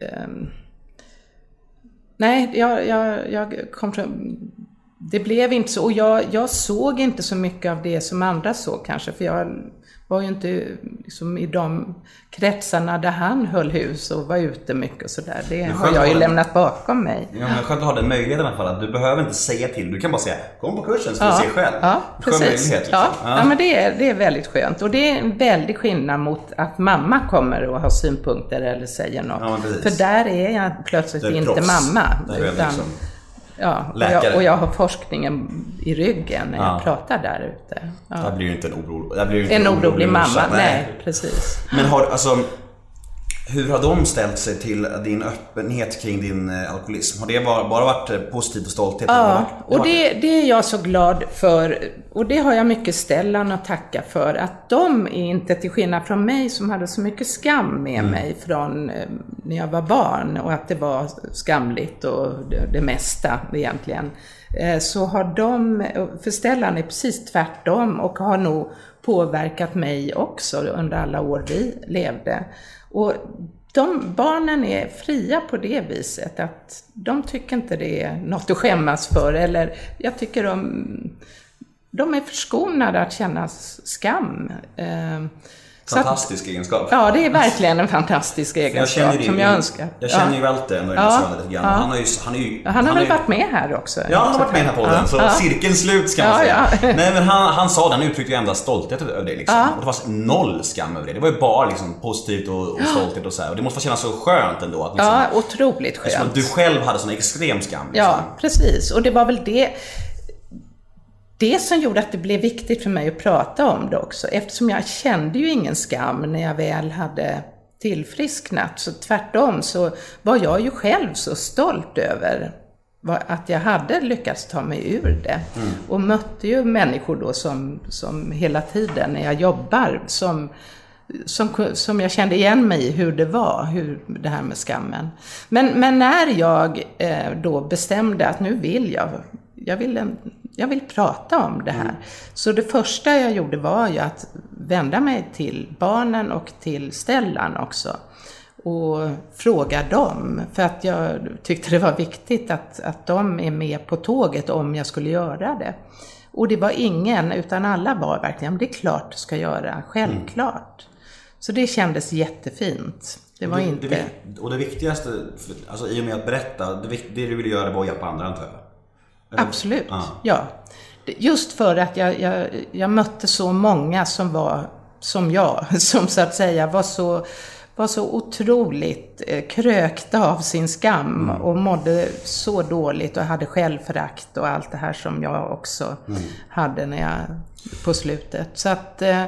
nej, jag, jag, jag kom från... Det blev inte så. Och jag, jag såg inte så mycket av det som andra såg kanske. För jag var ju inte liksom i de kretsarna där han höll hus och var ute mycket och sådär. Det har jag ju den... lämnat bakom mig.
Ja, men skönt att ha den möjligheten i alla fall. Att du behöver inte säga till. Du kan bara säga, kom på kursen så
ja,
du ser själv.
Ja, precis.
Liksom.
Ja,
ja.
ja, men det är, det är väldigt skönt. Och det är en väldig skillnad mot att mamma kommer och har synpunkter eller säger något.
Ja,
för där är jag plötsligt är inte proffs. Mamma.
Där utan... liksom...
Ja, och jag, och jag har forskningen i ryggen när ja. jag pratar där ute. Ja.
Det blir ju inte en oro, det blir ju inte
en orolig, orolig mamma.
Nej.
Nej, precis.
Men har, alltså, hur har de ställt sig till din öppenhet kring din alkoholism? Har det bara, bara varit positivt och stolthet?
Ja, och det, det är jag så glad för. Och det har jag mycket Stellan att tacka för. Att de är inte till skillnad från mig som hade så mycket skam med mm. mig från eh, när jag var barn. Och att det var skamligt och det, det mesta egentligen. Eh, så har de, för Stellan är precis tvärtom och har nog påverkat mig också under alla år vi levde. Och de barnen är fria på det viset att de tycker inte det är något att skämmas för, eller jag tycker de, de är förskonade att känna skam.
Fantastisk att, egenskap.
Ja, det är verkligen en fantastisk egenskap jag som jag önskar.
Jag känner ju Walter ändå
ja.
lite grann. Ja. Han, har ju, han, är ju,
han har
han
väl
är,
varit med här också?
Ja, han har varit med här på den. Ja. Så ja. Cirkeln slut ska man
ja,
säga.
Ja.
Nej, men han, han sa den uttryckte ju enda stolthet över det liksom.
Ja.
Och det var noll skam över det. Det var ju bara liksom positivt och, och stolthet och så här. Och det måste kännas så skönt ändå. Att liksom,
ja, otroligt skönt.
Att du själv hade sån extrem skam. Liksom.
Ja, precis. Och det var väl det... Det som gjorde att det blev viktigt för mig att prata om det också, eftersom jag kände ju ingen skam när jag väl hade tillfrisknat, så tvärtom så var jag ju själv så stolt över att jag hade lyckats ta mig ur det. Mm. Och mötte ju människor då som, som hela tiden när jag jobbar, som, som, som jag kände igen mig i hur det var, hur det här med skammen. Men, men när jag eh, då bestämde att nu vill jag, jag vill en, Jag vill prata om det här. Mm. Så det första jag gjorde var ju att vända mig till barnen och till Stellan också. Och fråga dem. För att jag tyckte det var viktigt att, att de är med på tåget om jag skulle göra det. Och det var ingen, utan alla var verkligen, det är klart du ska göra, självklart. Mm. Så det kändes jättefint. Det var
det,
inte...
Det, och det viktigaste, alltså i och med att berätta, det, det du ville göra var att hjälpa andra, antar jag.
Absolut, ah. ja. Just för att jag, jag, jag mötte så många som var som jag, som så att säga var så, var så otroligt eh, krökta av sin skam mm. och mådde så dåligt och hade självförakt och allt det här som jag också mm. hade när jag, på slutet. Så att eh,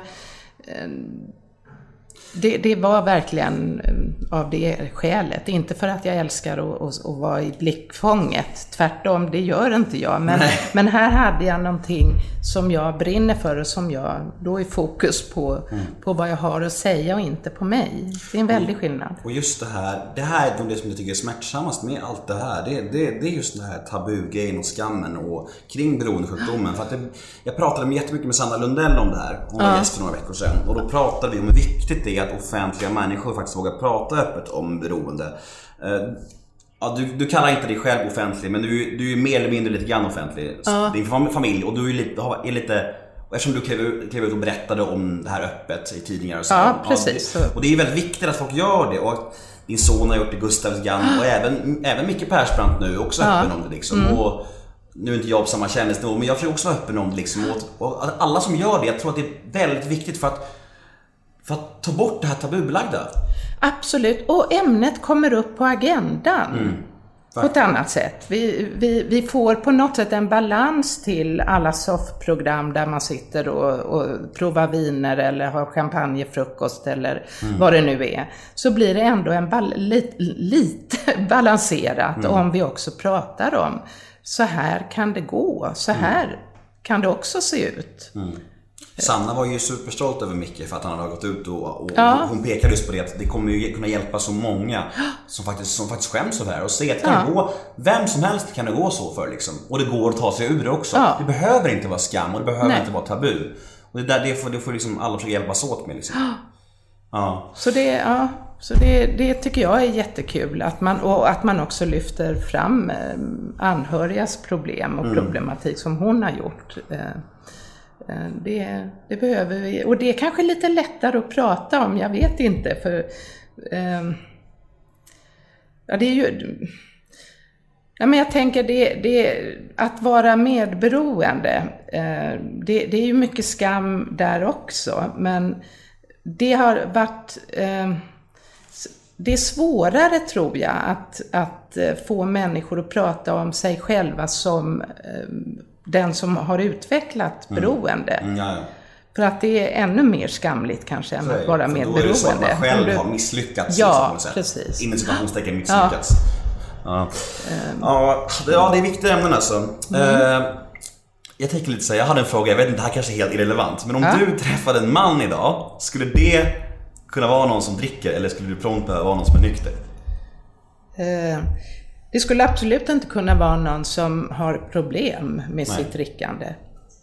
Det, det var verkligen av det skälet. Inte för att jag älskar att, att, att vara i blickfånget. Tvärtom, det gör inte jag. Men, men här hade jag någonting som jag brinner för och som jag då är fokus på, mm. på vad jag har att säga och inte på mig. Det är en väldig skillnad.
Och just det här, det här är det som jag tycker är smärtsammast med allt det här. Det, det, det är just det här tabugrejen och skammen och kring beroendesjukdomen. För att det, jag pratade jättemycket med Sanna Lundell om det här. Hon var ja. gäst för några veckor sedan. Och då pratade vi om hur viktigt det är att offentliga människor faktiskt vågar prata öppet om beroende. Ja, du, du kallar inte dig själv offentlig, men du, du är mer eller mindre lite grann offentlig. Ja. Din familj, och du är lite, är lite eftersom du klev, klev ut och berättade om det här öppet i tidningar och så.
Ja, precis.
Ja, och det är väldigt viktigt att folk gör det. Och din son har gjort det, Gustav Grann, och även, även Micke Persbrandt nu också ja. öppen om det liksom. Mm. Och nu är inte jag på samma kändisnivå, men jag försöker också vara öppen om det liksom. Och, och alla som gör det, jag tror att det är väldigt viktigt för att För att ta bort det här tabubelagda.
Absolut, och ämnet kommer upp på agendan mm, på ett annat sätt. Vi, vi, vi får på något sätt en balans till alla soffprogram där man sitter och, och provar viner eller har champagnefrukost eller mm. vad det nu är. Så blir det ändå en bal- lite, lite balanserat mm. om vi också pratar om så här kan det gå, så här mm. kan det också se ut. Mm.
Sanna var ju superstolt över Micke för att han hade gått ut och, och ja. hon pekade just på det att det kommer ju kunna hjälpa så många som faktiskt, som faktiskt skäms för det här och se att kan ja. det gå, vem som helst kan det gå så för liksom. Och det går att ta sig ur det också. Ja. Det behöver inte vara skam och det behöver Nej. inte vara tabu. Och det, där, det får, det får liksom alla försöka hjälpas åt med liksom. Ja.
Så, det, ja, så det, det tycker jag är jättekul att man, och att man också lyfter fram anhörigas problem och mm. problematik som hon har gjort. Det, det behöver vi, och det är kanske lite lättare att prata om, jag vet inte, för eh, ja, det är ju ja, men jag tänker det, det att vara medberoende, eh, det, det är ju mycket skam där också, men det har varit eh, det är svårare tror jag att, att få människor att prata om sig själva som eh, den som har utvecklat beroende. Mm. Mm, ja, ja. För att det är ännu mer skamligt kanske än att vara mer beroende. Då är det så att man själv
du... har misslyckats.
Ja, liksom, precis.
Inom situationstecken misslyckats. Ja. Ja. Um. Ja, det, ja, det är viktiga ämnen alltså. Mm. Uh, jag tänker lite så här, jag hade en fråga, jag vet inte, det här kanske är helt irrelevant. Men om ja. du träffade en man idag, skulle det kunna vara någon som dricker eller skulle du prompt behöva vara någon som är nykter?
Uh. Det skulle absolut inte kunna vara någon som har problem med Nej. sitt drickande.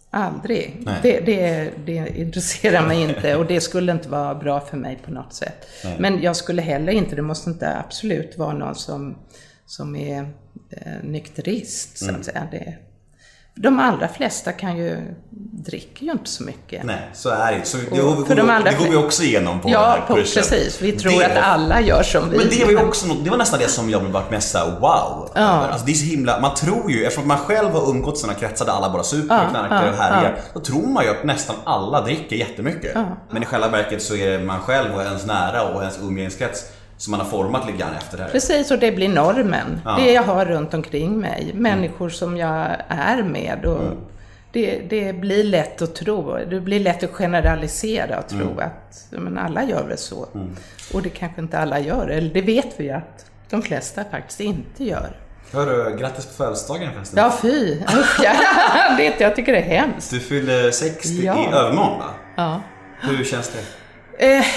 Aldrig. Det, det, det intresserar mig inte och det skulle inte vara bra för mig på något sätt. Nej. Men jag skulle heller inte, det måste inte absolut vara någon som, som är eh, nykterist, så att mm. säga. Det, de allra flesta kan ju, dricker ju inte så mycket.
Nej, så är det. Så det,
och
går, de det går vi också igenom på
ja,
den här
på,
kursen.
Precis. Vi tror
det
att alla gör som vi.
Men det var ju också något, det var nästan det som jag blev varit mest så här, wow.
Ja.
Alltså det är så himla, man tror ju, eftersom man själv har umgått i sådana kretsar där alla bara super och knarkar ja, och härjar, ja. Då tror man ju att nästan alla dricker jättemycket. Ja. Men i själva verket så är det man själv och ens nära och ens umgängeskrets som man har format lite grann efter det här.
Precis, och det blir normen. Ja. Det jag har runt omkring mig. Människor mm. som jag är med och mm. Det, det blir lätt att tro, det blir lätt att generalisera och tro mm. att men alla gör väl så. Mm. Och det kanske inte alla gör, eller det vet vi att de flesta faktiskt inte gör.
Hörru, grattis på födelsedagen förresten.
Ja, fy. Ja, det, jag tycker det är hemskt.
Du fyllde sextio ja. i övermorgon, va?
Ja.
Hur känns det?
Eh,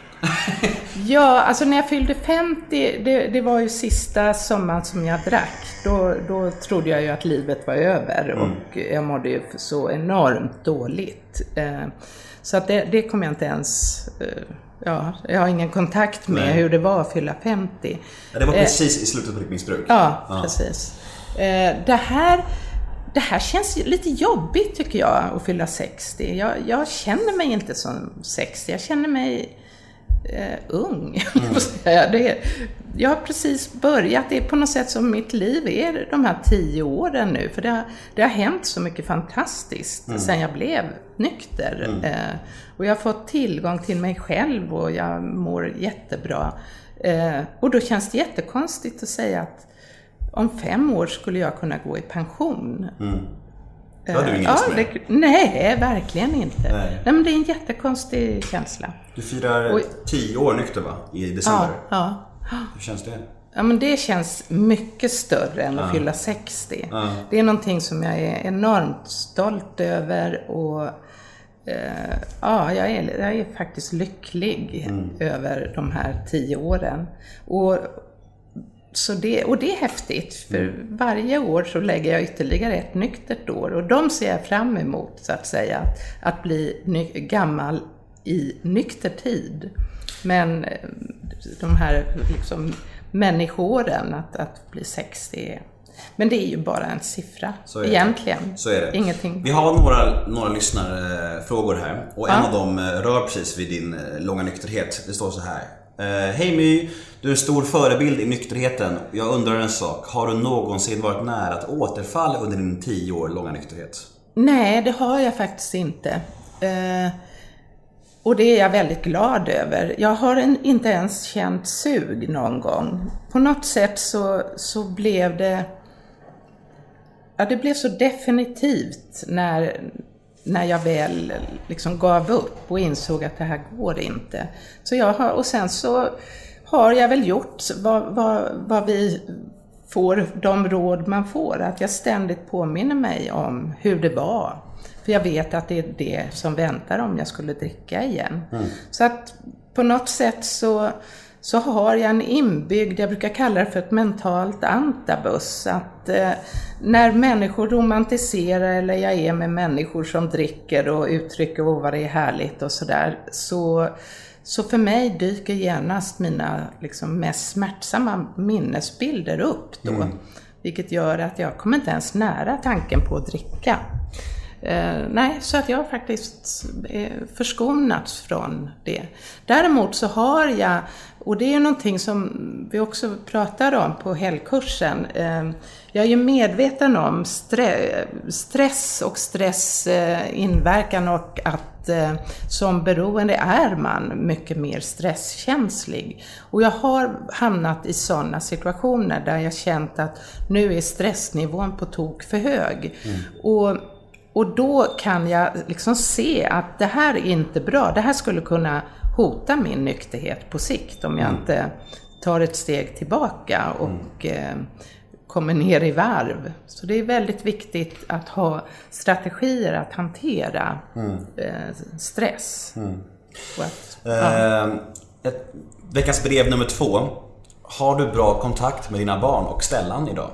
ja, alltså när jag fyllde femtio, det, det var ju sista sommaren som jag drack. Då, då trodde jag ju att livet var över och mm. jag mådde ju så enormt dåligt. Eh, så att det, det kom jag inte ens... Eh, ja, jag har ingen kontakt med Nej. hur det var att fylla femtio.
Ja, det var precis eh, i slutet på ditt missbruk.
Ja, ja. precis. Eh, det här... Det här känns lite jobbigt tycker jag att fylla sextio. Jag, jag känner mig inte som sextio. Jag känner mig eh, ung. Mm. det, jag har precis börjat. Det är på något sätt som mitt liv är de här tio åren nu. För det har, det har hänt så mycket fantastiskt mm. sedan jag blev nykter. Mm. Eh, och jag har fått tillgång till mig själv och jag mår jättebra. Eh, och då känns det jättekonstigt att säga att om fem år skulle jag kunna gå i pension.
Mm. Det har du ingen
ja, det, Nej, verkligen inte. Nej. Nej, men det är en jättekonstig känsla.
Du firar och, tio år nykter, va? I december.
Ja, ja.
Hur känns det?
Ja, men det känns mycket större än att ja. fylla sextio. Ja. Det är någonting som jag är enormt stolt över. Och eh, ja, jag är, jag är faktiskt lycklig mm. över de här tio åren. Och Så det, och det är häftigt, för mm. varje år så lägger jag ytterligare ett nyktert år. Och de ser jag fram emot, så att säga, att, att bli ny, gammal i nykter tid. Men de här liksom, människoåren, att, att bli sextio, men det är ju bara en siffra, så egentligen.
Så är det.
Ingenting.
Vi har några, några lyssnarfrågor här, och en ja. av dem rör precis vid din långa nykterhet. Det står så här. Uh, Hej My, du är en stor förebild i nykterheten. Jag undrar en sak. Har du någonsin varit nära att återfalla under din tio år långa nykterhet?
Nej, det har jag faktiskt inte. Uh, och det är jag väldigt glad över. Jag har en, inte ens känt sug någon gång. På något sätt så, så blev det... Ja, det blev så definitivt när... när jag väl liksom gav upp och insåg att det här går inte. Så jag har, och sen så har jag väl gjort vad, vad, vad vi får, de råd man får. Att jag ständigt påminner mig om hur det var. För jag vet att det är det som väntar om jag skulle dricka igen. Mm. Så att på något sätt så... så har jag en inbyggd, jag brukar kalla det för ett mentalt antabus, att eh, när människor romantiserar eller jag är med människor som dricker och uttrycker oh, vad det är härligt och sådär, så, så för mig dyker genast mina liksom, mest smärtsamma minnesbilder upp då. Mm. Vilket gör att jag kommer inte ens nära tanken på att dricka. Eh, nej, så att jag faktiskt är förskonats från det. Däremot så har jag, och det är ju någonting som vi också pratar om på helgkursen, eh, jag är ju medveten om stre- stress och stress eh, inverkan, och att eh, som beroende är man mycket mer stresskänslig. Och jag har hamnat i sådana situationer där jag känt att nu är stressnivån på tok för hög. Mm. Och Och då kan jag liksom se att det här är inte bra. Det här skulle kunna hota min nykterhet på sikt om jag mm. inte tar ett steg tillbaka och mm. eh, kommer ner i varv. Så det är väldigt viktigt att ha strategier att hantera mm. eh, stress. Mm. Och att, ja.
eh, ett, veckans brev nummer två. Har du bra kontakt med dina barn och Stellan idag?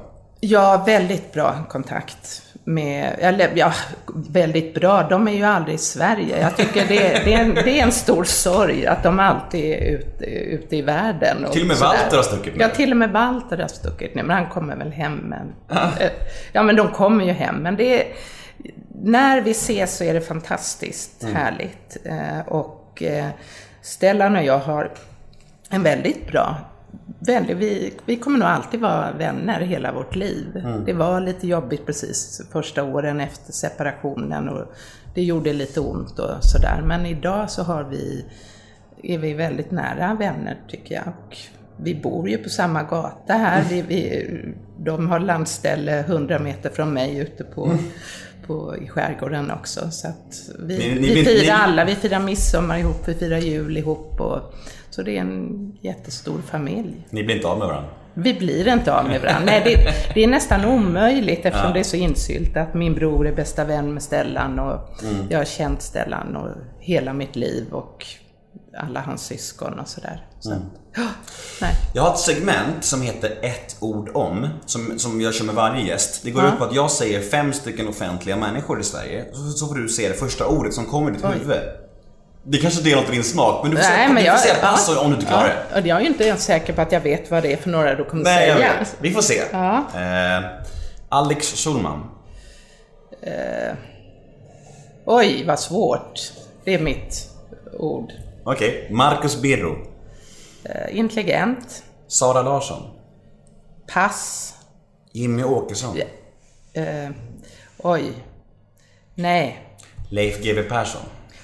Ja, väldigt bra kontakt med, eller ja, väldigt bra. De är ju aldrig i Sverige. Jag tycker det, det, är, en, det är en stor sorg att de alltid är ute, ute i världen. Och
till och med
sådär.
Walter har stuckit ner.
Ja, till och med Walter har stuckit ner. Men han kommer väl hem. Men, ja, men de kommer ju hem. Men det är, när vi ses så är det fantastiskt mm. härligt. Och Stellan och jag har en väldigt bra... Väldigt, vi, vi kommer nog alltid vara vänner hela vårt liv. Mm. Det var lite jobbigt precis första åren efter separationen och det gjorde lite ont och sådär. Men idag så har vi, är vi väldigt nära vänner tycker jag. Och vi bor ju på samma gata här. Vi, vi, de har landställe hundra meter från mig ute på, mm. på, i skärgården också. Så att vi, ni, ni, vi firar ni, alla, vi firar midsommar ihop, vi firar jul ihop och... Så det är en jättestor familj.
Ni blir inte av med varandra?
Vi blir inte av med varandra. Nej, det, det är nästan omöjligt eftersom ja. det är så insylt att min bror är bästa vän med Stellan och mm. jag har känt Stellan och hela mitt liv och alla hans syskon och sådär. Så, mm. oh, nej.
Jag har ett segment som heter ett ord om som, som jag kör med varje gäst. Det går ja. ut på att jag säger fem stycken offentliga människor i Sverige så, så får du se det första ordet som kommer i ditt Oj. huvud. Det kanske delar till din smak, men du får Nej, se, men du jag, får se pass ja, om du inte klarar
ja, det. Jag är ju inte ens säker på att jag vet vad det är för några du kommer
Nej,
säga.
Jag vet. Vi får se. Ja. Eh, Alex Schulman.
Eh, oj, vad svårt. Det är mitt ord.
Okej, okay. Marcus Birro.
Eh, intelligent.
Sara Larsson.
Pass.
Jimmy Åkesson.
Eh, oj. Nej.
Leif G W Persson.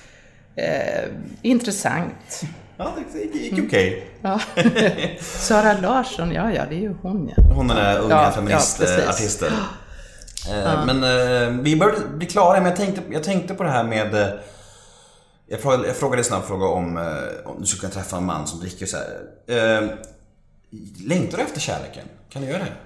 Eh, intressant.
Ja, det gick okej. Okay.
Ja. Sara Larsson, ja, ja, det är ju hon. Ja.
Hon är den unga ja, feministartisten. Ja, eh, ja. Men eh, vi började bli klara, men jag tänkte, jag tänkte på det här med... Eh, jag, frågade, jag frågade en snabb fråga om, eh, om du skulle kunna träffa en man som dricker så här. Eh, längtar du efter kärleken? Kan du göra det?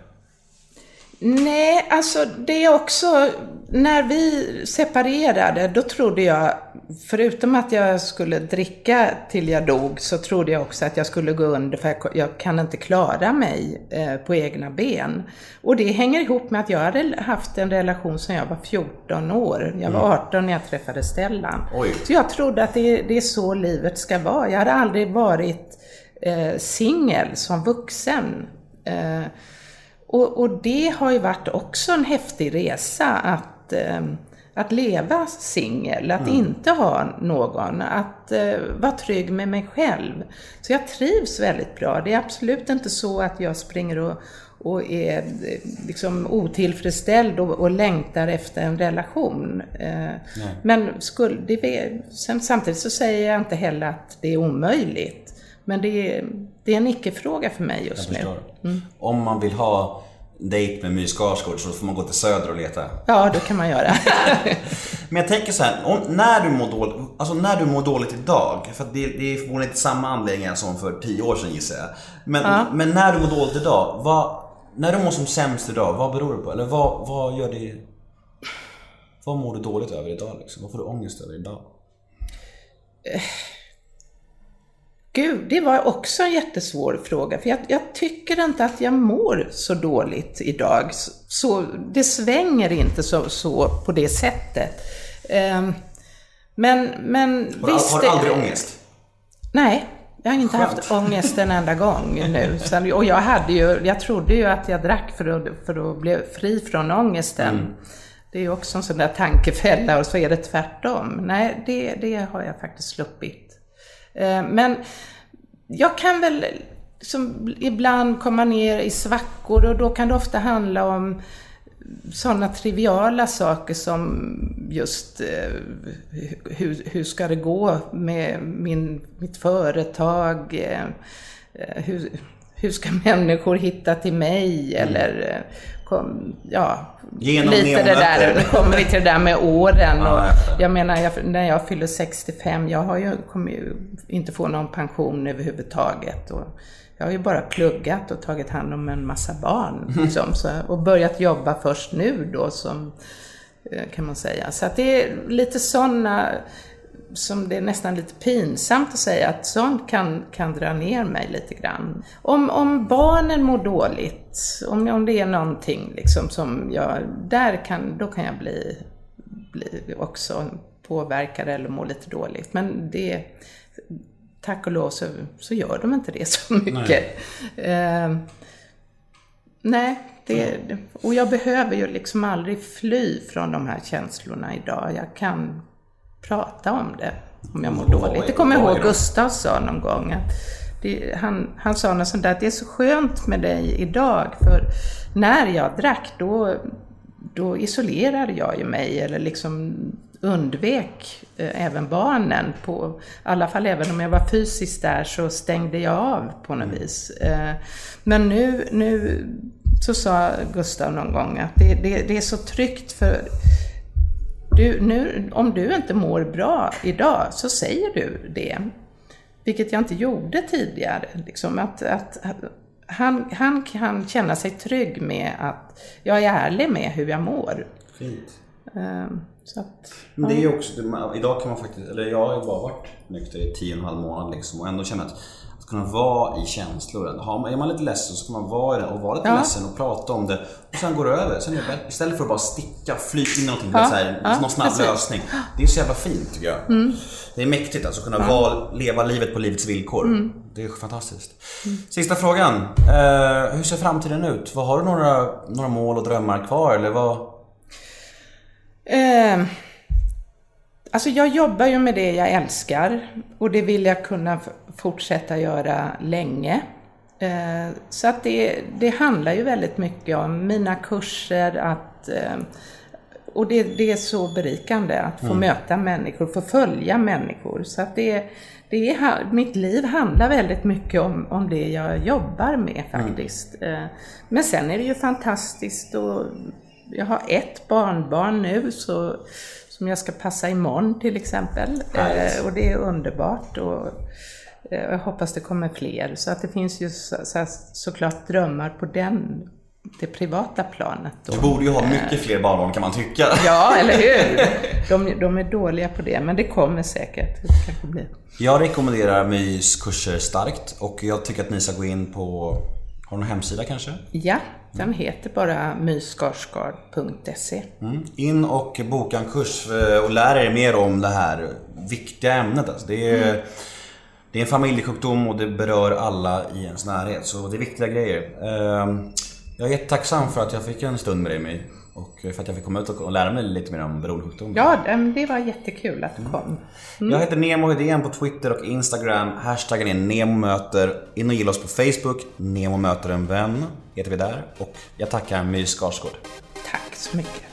Nej, alltså det är också, när vi separerade, då trodde jag, förutom att jag skulle dricka till jag dog, så trodde jag också att jag skulle gå under för jag, jag kan inte klara mig eh, på egna ben. Och det hänger ihop med att jag hade haft en relation sedan jag var fjorton år. Jag var arton när jag träffade Stellan. Oj. Så jag trodde att det, det är så livet ska vara. Jag hade aldrig varit eh, singel som vuxen. Eh, Och, och det har ju varit också en häftig resa att, eh, att leva singel, att mm. inte ha någon, att eh, vara trygg med mig själv. Så jag trivs väldigt bra. Det är absolut inte så att jag springer och, och är liksom otillfredsställd och, och längtar efter en relation. Eh, men skulle, det, sen, samtidigt så säger jag inte heller att det är omöjligt. Men det är, det är en icke-fråga för mig just nu.
Mm. Om man vill ha dejt med My Skarsgård så får man gå till Söder och leta.
Ja, det kan man göra.
Men jag tänker så här, om, när du mår dåligt, alltså när du mår dåligt idag, för att det, det är förmodligen inte samma anledningar som för tio år sedan gissar jag. Men, ja. men när du mår dåligt idag, vad, när du mår som sämst idag, vad beror det på? Eller vad, vad gör det? Vad mår du dåligt över idag liksom? Vad får du ångest över idag?
Gud, det var också en jättesvår fråga. För jag, jag tycker inte att jag mår så dåligt idag. Så, det svänger inte så, så på det sättet. Um, men, men
har,
visst...
Har du aldrig ångest?
Nej, jag har inte
Skönt.
haft ångest en enda gång nu. Sen, och jag, hade ju, jag trodde ju att jag drack för att, för att bli fri från ångesten. Mm. Det är ju också en sån där tankefälla och så är det tvärtom. Nej, det, det har jag faktiskt sluppit. Men jag kan väl liksom ibland komma ner i svackor och då kan det ofta handla om sådana triviala saker som just hur, hur ska det gå med min, mitt företag, hur, hur ska människor hitta till mig eller kom, ja,
genom
lite det där, nu kommer vi till det där med åren och jag menar, jag, när jag fyller sextiofem, jag har ju, kommer ju inte få någon pension överhuvudtaget och jag har ju bara pluggat och tagit hand om en massa barn liksom, så, och börjat jobba först nu då som kan man säga, så att det är lite sådana som det är nästan lite pinsamt att säga att sånt kan, kan dra ner mig lite grann. Om, om barnen mår dåligt, om, om det är någonting liksom som jag, där kan, då kan jag bli, bli också påverkad eller må lite dåligt. Men det, tack och lov så, så gör de inte det så mycket. Nej. Eh, nej. Det, och jag behöver ju liksom aldrig fly från de här känslorna idag. Jag kan prata om det om jag mår dåligt. Det kommer jag ihåg Gustav sa någon gång. Att det, han, han sa något sånt där, att det är så skönt med dig idag. För när jag drack då, då isolerade jag ju mig. Eller liksom undvek eh, även barnen. På, i alla fall även om jag var fysiskt där så stängde jag av på något vis. Eh, men nu... nu så sa Gustav någon gång att det, det, det är så tryggt för du, nu, om du inte mår bra idag så säger du det. Vilket jag inte gjorde tidigare. Liksom att, att han, han kan känna sig trygg med att jag är ärlig med hur jag mår.
Fint.
Um, så att,
Men det är ju också, idag kan man faktiskt, eller jag har ju bara varit nykter i tio och en halv månad liksom, och ändå känna att att kunna vara i känslor. Är man lite ledsen så kan man vara i det och vara lite ja. ledsen och prata om det. Och sen går det över. Sen är det, istället för att bara sticka, flyga in någonting, ja. så här, ja. någon snabb Precis. lösning. Det är så jävla fint tycker jag. Mm. Det är mäktigt alltså, kunna ja. vara, leva livet på livets villkor. Mm. Det är fantastiskt. Mm. Sista frågan. Uh, hur ser framtiden ut? Vad har du några, några mål och drömmar kvar? Eller vad?
Uh. Alltså jag jobbar ju med det jag älskar och det vill jag kunna fortsätta göra länge. Så att det, det handlar ju väldigt mycket om mina kurser att, och det, det är så berikande att få mm. möta människor, få följa människor. Så att det, det är, mitt liv handlar väldigt mycket om, om det jag jobbar med faktiskt. Mm. Men sen är det ju fantastiskt och jag har ett barnbarn nu så... som jag ska passa imorgon till exempel. Eh, och det är underbart och eh, jag hoppas det kommer fler. Så att det finns ju så, så, såklart drömmar på den, det privata planet.
Du borde ju ha mycket fler barn kan man tycka.
Ja, eller hur? De, de är dåliga på det, men det kommer säkert. Det kanske blir.
Jag rekommenderar Mys kurser starkt och jag tycker att ni ska gå in på, har du en hemsida kanske?
Ja, den heter bara my skarsgård punkt se.
Mm. In och boka en kurs och lär er mer om det här viktiga ämnet. Alltså det, är, mm. det är en familjesjukdom och det berör alla i ens närhet. Så det är viktiga grejer. Jag är jättetacksam för att jag fick en stund med dig, My. Och för att jag fick komma ut och lära mig lite mer om beroendesjukdom.
Ja, det var jättekul att du kom.
Mm. Jag heter Nemo Hedén på Twitter och Instagram. Hashtaggen är NEMOMÖTER. In och gilla oss på Facebook. Nemo möter en vän heter vi där. Och jag tackar My Skarsgård.
Tack så mycket.